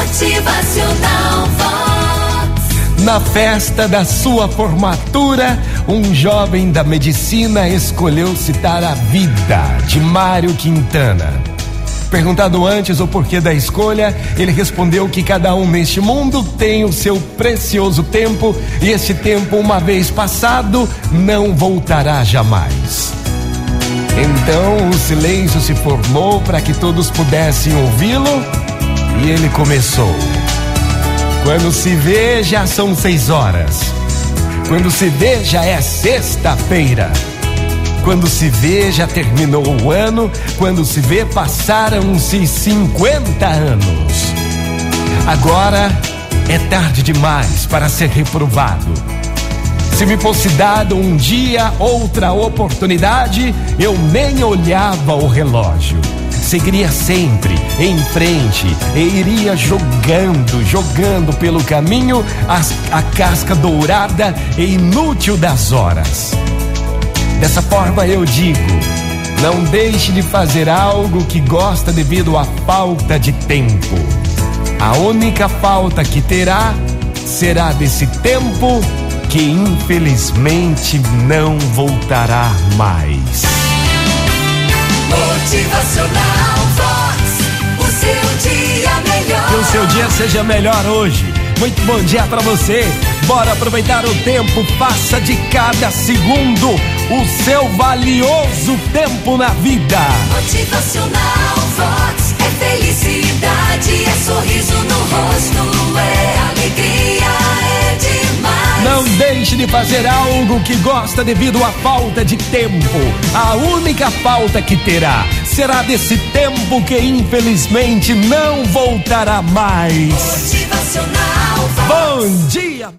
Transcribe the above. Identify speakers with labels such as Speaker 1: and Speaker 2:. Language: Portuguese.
Speaker 1: Motivacional Vox.
Speaker 2: Na festa da sua formatura, um jovem da medicina escolheu citar a vida de Mário Quintana. Perguntado antes o porquê da escolha, ele respondeu que cada um neste mundo tem o seu precioso tempo e esse tempo, uma vez passado, não voltará jamais. Então o silêncio se formou para que todos pudessem ouvi-lo e ele começou. Quando se vê, já são 6 horas. Quando se vê, já é sexta-feira. Quando se vê, já terminou o ano. Quando se vê, passaram-se 50 anos. Agora é tarde demais para ser reprovado. Se me fosse dado um dia, outra oportunidade, eu nem olhava o relógio. Seguiria sempre em frente e iria jogando pelo caminho a casca dourada e inútil das horas. Dessa forma eu digo, não deixe de fazer algo que gosta devido à falta de tempo. A única falta que terá será desse tempo que infelizmente não voltará mais.
Speaker 1: Motivacional Vox, o seu dia melhor.
Speaker 2: Que o seu dia seja melhor hoje. Muito bom dia pra você. Bora aproveitar o tempo, faça de cada segundo o seu valioso tempo na vida.
Speaker 1: Motivacional Vox, é felicidade, é sorriso no rosto, é alegria, é demais.
Speaker 2: Não deixe de fazer algo que gosta devido à falta de tempo. A única falta que terá será desse tempo que infelizmente não voltará mais.
Speaker 1: Motivacional Vox.
Speaker 2: Bom dia!